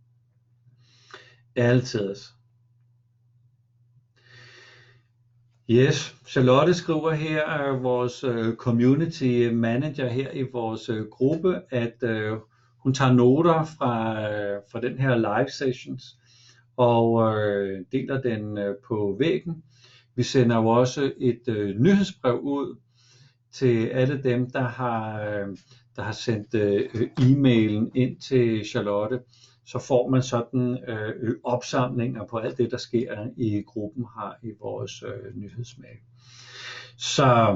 Altid. Yes, Charlotte skriver her, vores community manager her i vores gruppe, at øh, hun tager noter fra, øh, fra den her live sessions, og øh, deler den øh, på væggen. Vi sender jo også et øh, nyhedsbrev ud til alle dem, der har, øh, der har sendt øh, e-mailen ind til Charlotte. Så får man sådan øh, opsamlinger på alt det, der sker i gruppen her i vores øh, nyhedsmail. Så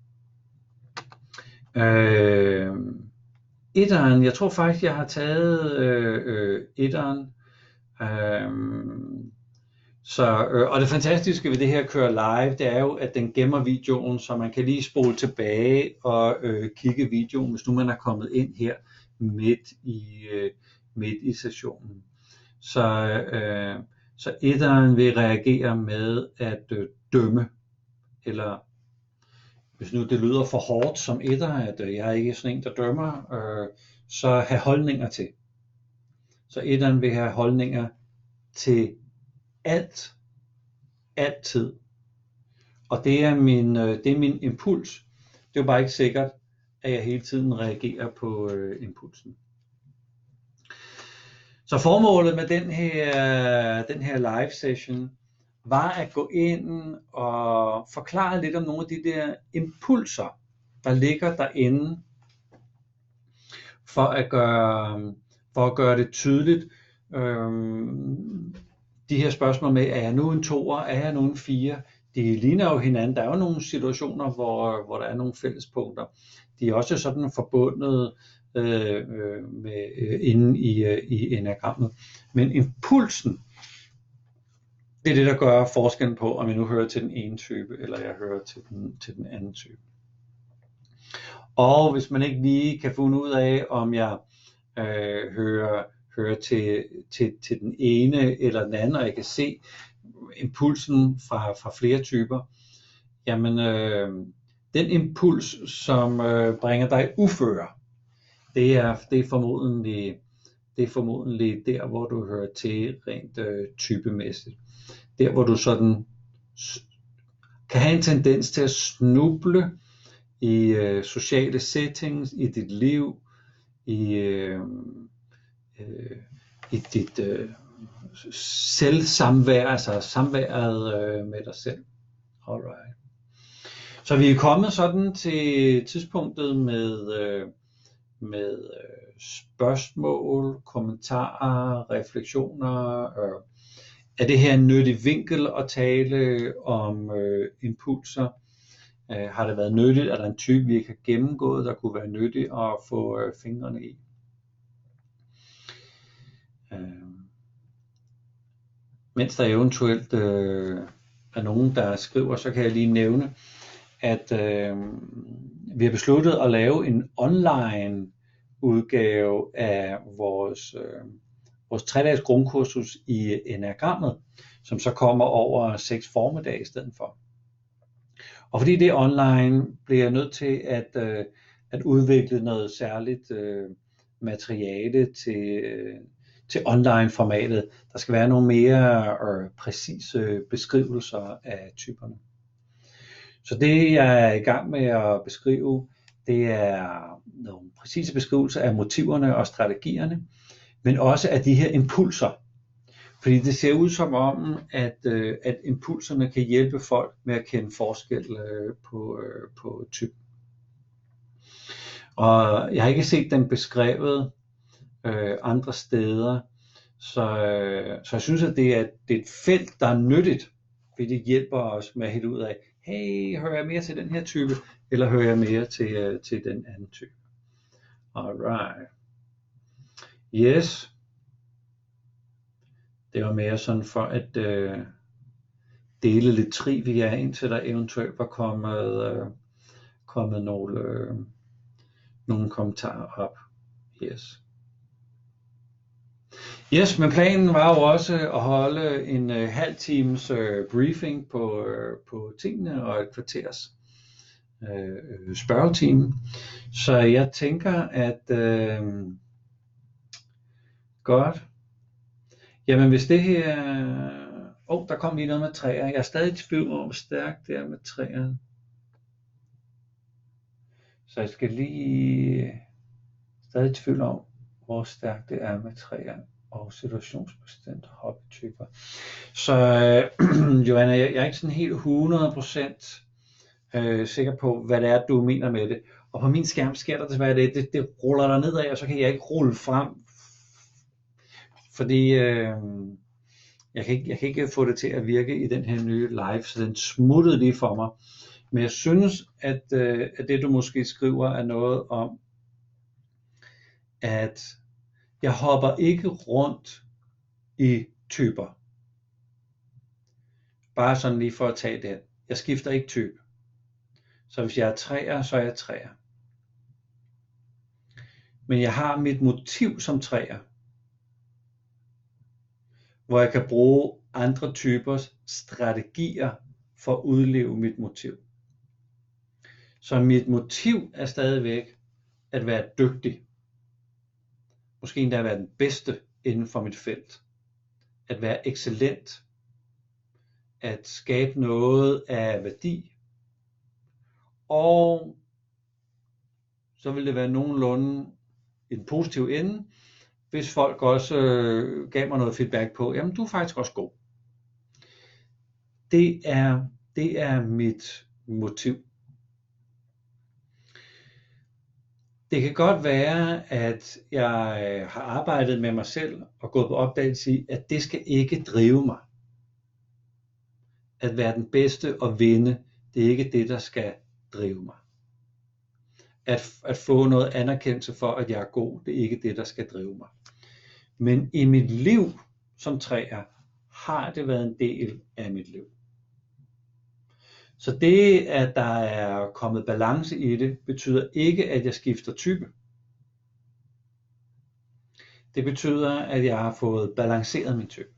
øh, etteren, jeg tror faktisk, jeg har taget øh, øh, etteren. Øh, så, øh, og det fantastiske ved det her køre live, det er jo, at den gemmer videoen, så man kan lige spole tilbage og øh, kigge videoen, hvis nu man er kommet ind her midt i øh, midt i sessionen. Så, øh, så etteren vil reagere med at øh, dømme, eller hvis nu det lyder for hårdt som etter, at øh, jeg er ikke sådan en, der dømmer, øh, så have holdninger til. Så etteren vil have holdninger til alt, altid. Og det er min, øh, det er min impuls. Det er jo bare ikke sikkert, at jeg hele tiden reagerer på øh, impulsen. Så formålet med den her, den her live session var at gå ind og forklare lidt om nogle af de der impulser, der ligger derinde, for at gøre, for at gøre det tydeligt. Øhm, de her spørgsmål med, er jeg nu en toer, er jeg nu en fire? De ligner jo hinanden. Der er jo nogle situationer, hvor, hvor der er nogle fællespunkter. De er også sådan forbundet Øh, med, øh, inde i, øh, i enagrammet. Men impulsen, det er det, der gør forskellen på, om jeg nu hører til den ene type, eller jeg hører til den, til den anden type. Og hvis man ikke lige kan finde ud af, om jeg øh, hører, hører til, til, til den ene eller den anden, og jeg kan se impulsen fra, fra flere typer, jamen øh, den impuls, som øh, bringer dig i uføre, Det er, det, er formodentlig, det er formodentlig der, hvor du hører til rent øh, typemæssigt. Der, hvor du sådan kan have en tendens til at snuble i øh, sociale settings, i dit liv, i, øh, øh, i dit øh, selvsamvær, altså samværet øh, med dig selv. Alright. Så vi er kommet sådan til tidspunktet med... Øh, med øh, spørgsmål, kommentarer, refleksioner. Øh, er det her en nyttig vinkel at tale om øh, impulser? Øh, har det været nyttigt? Er der en type, vi ikke har gennemgået, der kunne være nyttig at få øh, fingrene i? Øh, mens der eventuelt øh, er nogen, der skriver, så kan jeg lige nævne, at øh, vi har besluttet at lave en online udgave af vores, øh, vores tre-dages grundkursus i enagrammet, som så kommer over seks formiddage i stedet for. Og fordi det er online, bliver jeg nødt til at, øh, at udvikle noget særligt øh, materiale til, øh, til online formatet. Der skal være nogle mere øh, præcise beskrivelser af typerne. Så det jeg er i gang med at beskrive, det er nogle præcise beskrivelser af motiverne og strategierne, men også af de her impulser. Fordi det ser ud som om, at, øh, at impulserne kan hjælpe folk med at kende forskel øh, på, øh, på typen. Og jeg har ikke set den beskrevet øh, andre steder, så, øh, så jeg synes, at det er, det er et felt, der er nyttigt, fordi det hjælper os med at hælde ud af, hey, hører jeg mere til den her type, eller hører jeg mere til, øh, til den anden type. Alright. Yes. Det var mere sådan for at øh, dele lidt trivia, indtil der eventuelt var kommet, øh, kommet nogle, øh, nogle kommentarer op. Yes. Yes, men planen var jo også at holde en øh, halv times øh, briefing på, øh, på tingene og et kvarters øh, spørgetime. Så jeg tænker, at øh, godt. Jamen hvis det her... Åh, oh, der kom lige noget med træer. Jeg er stadig i tvivl om, hvor stærkt det er med træer. Så jeg skal lige... Stadig i tvivl om, hvor stærkt det er med træer og situationsbestemte hobbytyper. Så øh, Joanna, jeg, jeg er ikke sådan helt hundrede procent øh, sikker på, hvad det er, du mener med det. Og på min skærm sker der desværre det, det, det ruller der nedad, og så kan jeg ikke rulle frem. Fordi øh, jeg, kan ikke, jeg kan ikke få det til at virke i den her nye live, så den smuttede lige for mig. Men jeg synes, at, øh, at det du måske skriver er noget om, at jeg hopper ikke rundt i typer. Bare sådan lige for at tage det. Jeg skifter ikke type. Så hvis jeg er træer, så er jeg træer. Men jeg har mit motiv som træer, hvor jeg kan bruge andre typers strategier for at udleve mit motiv. Så mit motiv er stadigvæk at være dygtig. Måske endda at være den bedste inden for mit felt. At være excellent. At skabe noget af værdi. Og så vil det være nogenlunde en positiv ende, hvis folk også øh, gav mig noget feedback på, jamen du er faktisk også god. Det er, det er mit motiv. Det kan godt være, at jeg har arbejdet med mig selv og gået på opdagelse i, at det skal ikke drive mig. At være den bedste og vinde, det er ikke det, der skal drive mig. At, at få noget anerkendelse for, at jeg er god, det er ikke det, der skal drive mig. Men i mit liv som træer, har det været en del af mit liv. Så det, at der er kommet balance i det, betyder ikke, at jeg skifter type. Det betyder, at jeg har fået balanceret min type.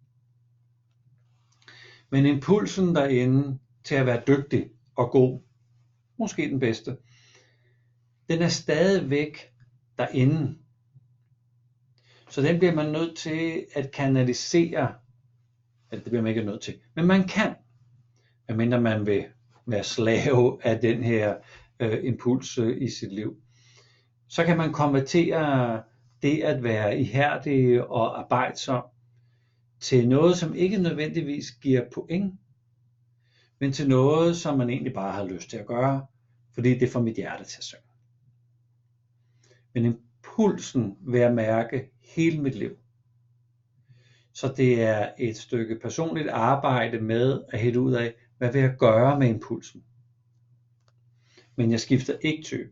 Men impulsen derinde til at være dygtig og god, måske den bedste, den er stadigvæk derinde. Så den bliver man nødt til at kanalisere. Eller det bliver man ikke nødt til. Men man kan. Medmindre man vil være slave af den her øh, impuls øh, i sit liv. Så kan man konvertere det at være ihærdig og arbejdsom til noget, som ikke nødvendigvis giver point, men til noget, som man egentlig bare har lyst til at gøre, fordi det får mit hjerte til at synge. Men impulsen vil jeg mærke hele mit liv. Så det er et stykke personligt arbejde med at hætte ud af, hvad vil jeg gøre med impulsen. Men jeg skifter ikke type.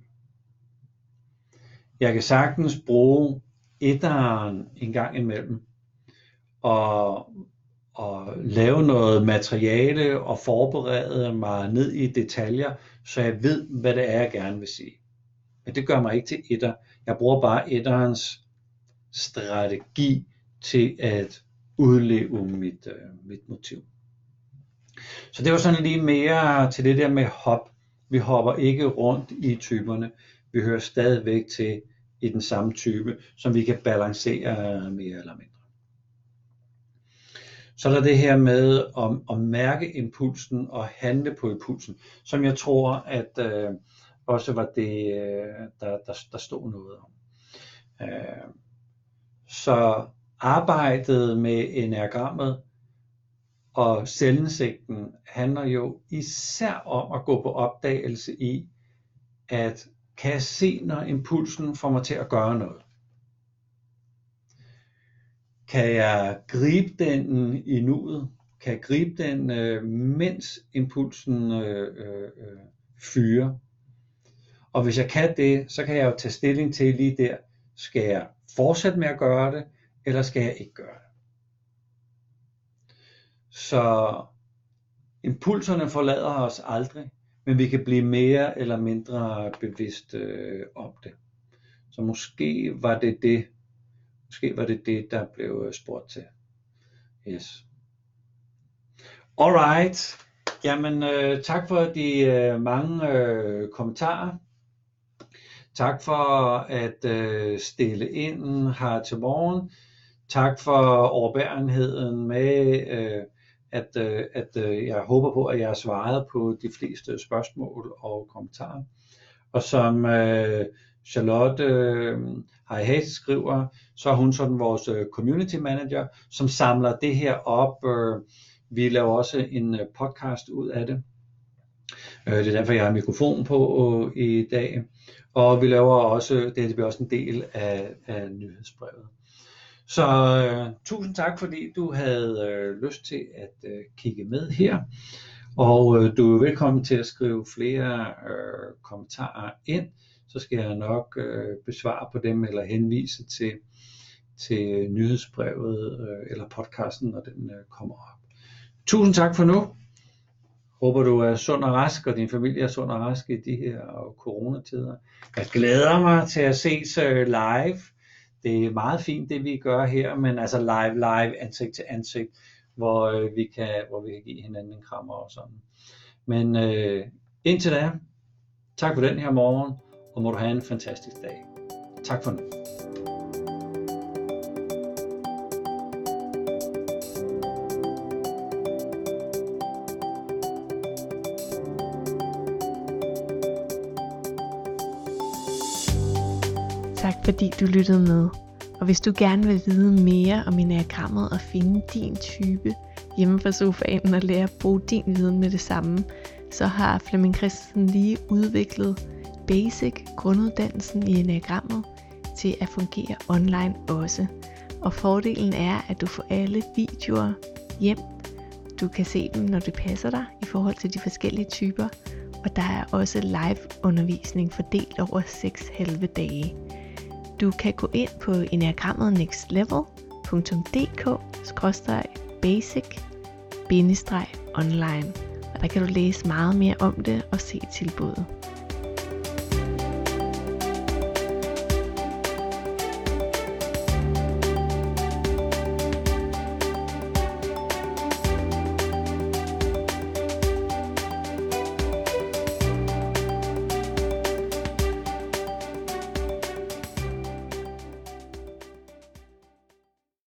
Jeg kan sagtens bruge etteren en gang imellem, og, og lave noget materiale og forberede mig ned i detaljer, så jeg ved, hvad det er, jeg gerne vil sige. Men det gør mig ikke til etter. Jeg bruger bare etterens strategi til at udleve mit, øh, mit motiv. Så det var sådan lige mere til det der med hop. Vi hopper ikke rundt i typerne. Vi hører stadigvæk til i den samme type, som vi kan balancere mere eller mindre. Så er der det her med at, at mærke impulsen og handle på impulsen, som jeg tror, at, øh, også var det, der, der, der stod noget om. Så arbejdet med enagrammet og selvindsigten handler jo især om at gå på opdagelse i, at kan jeg se, når impulsen får mig til at gøre noget? Kan jeg gribe den i nuet? Kan jeg gribe den, øh, mens impulsen øh, øh, fyrer? Og hvis jeg kan det, så kan jeg jo tage stilling til lige der, skal jeg fortsætte med at gøre det, eller skal jeg ikke gøre det? Så impulserne forlader os aldrig, men vi kan blive mere eller mindre bevidst øh, om det. Så måske var det det, måske var det det, der blev spurgt til. Yes. Alright. Jamen, øh, tak for de øh, mange øh, kommentarer. Tak for at øh, stille ind her til morgen. Tak for overbærenheden med, øh, at, øh, at øh, jeg håber på, at jeg har svaret på de fleste spørgsmål og kommentarer. Og som øh, Charlotte øh, Hejhase skriver, så er hun sådan vores øh, community manager, som samler det her op. Øh, vi laver også en øh, podcast ud af det. Øh, det er derfor, jeg har mikrofon på øh, i dag. Og vi laver også, det bliver også en del af, af nyhedsbrevet. Så øh, tusind tak, fordi du havde øh, lyst til at øh, kigge med her. Og øh, du er velkommen til at skrive flere øh, kommentarer ind. Så skal jeg nok øh, besvare på dem eller henvise til, til nyhedsbrevet øh, eller podcasten, når den øh, kommer op. Tusind tak for nu. Håber du er sund og rask, og din familie er sund og rask i de her coronatider. Jeg glæder mig til at ses live. Det er meget fint det vi gør her, men altså live, live, ansigt til ansigt, hvor vi kan, hvor vi kan give hinanden en krammer og sådan. Men øh, indtil da, tak for den her morgen, og må du have en fantastisk dag. Tak for nu. Tak fordi du lyttede med. Og hvis du gerne vil vide mere om enagrammet og finde din type hjemme på sofaen og lære at bruge din viden med det samme, så har Flemming Christensen lige udviklet Basic, grunduddannelsen i enagrammet, til at fungere online også. Og fordelen er, at du får alle videoer hjem. Du kan se dem, når det passer dig i forhold til de forskellige typer. Og der er også live undervisning fordelt over seks halve dage. Du kan gå ind på enagrammet next level punktum d k skråstreg basic bindestreg online, og der kan du læse meget mere om det og se tilbuddet.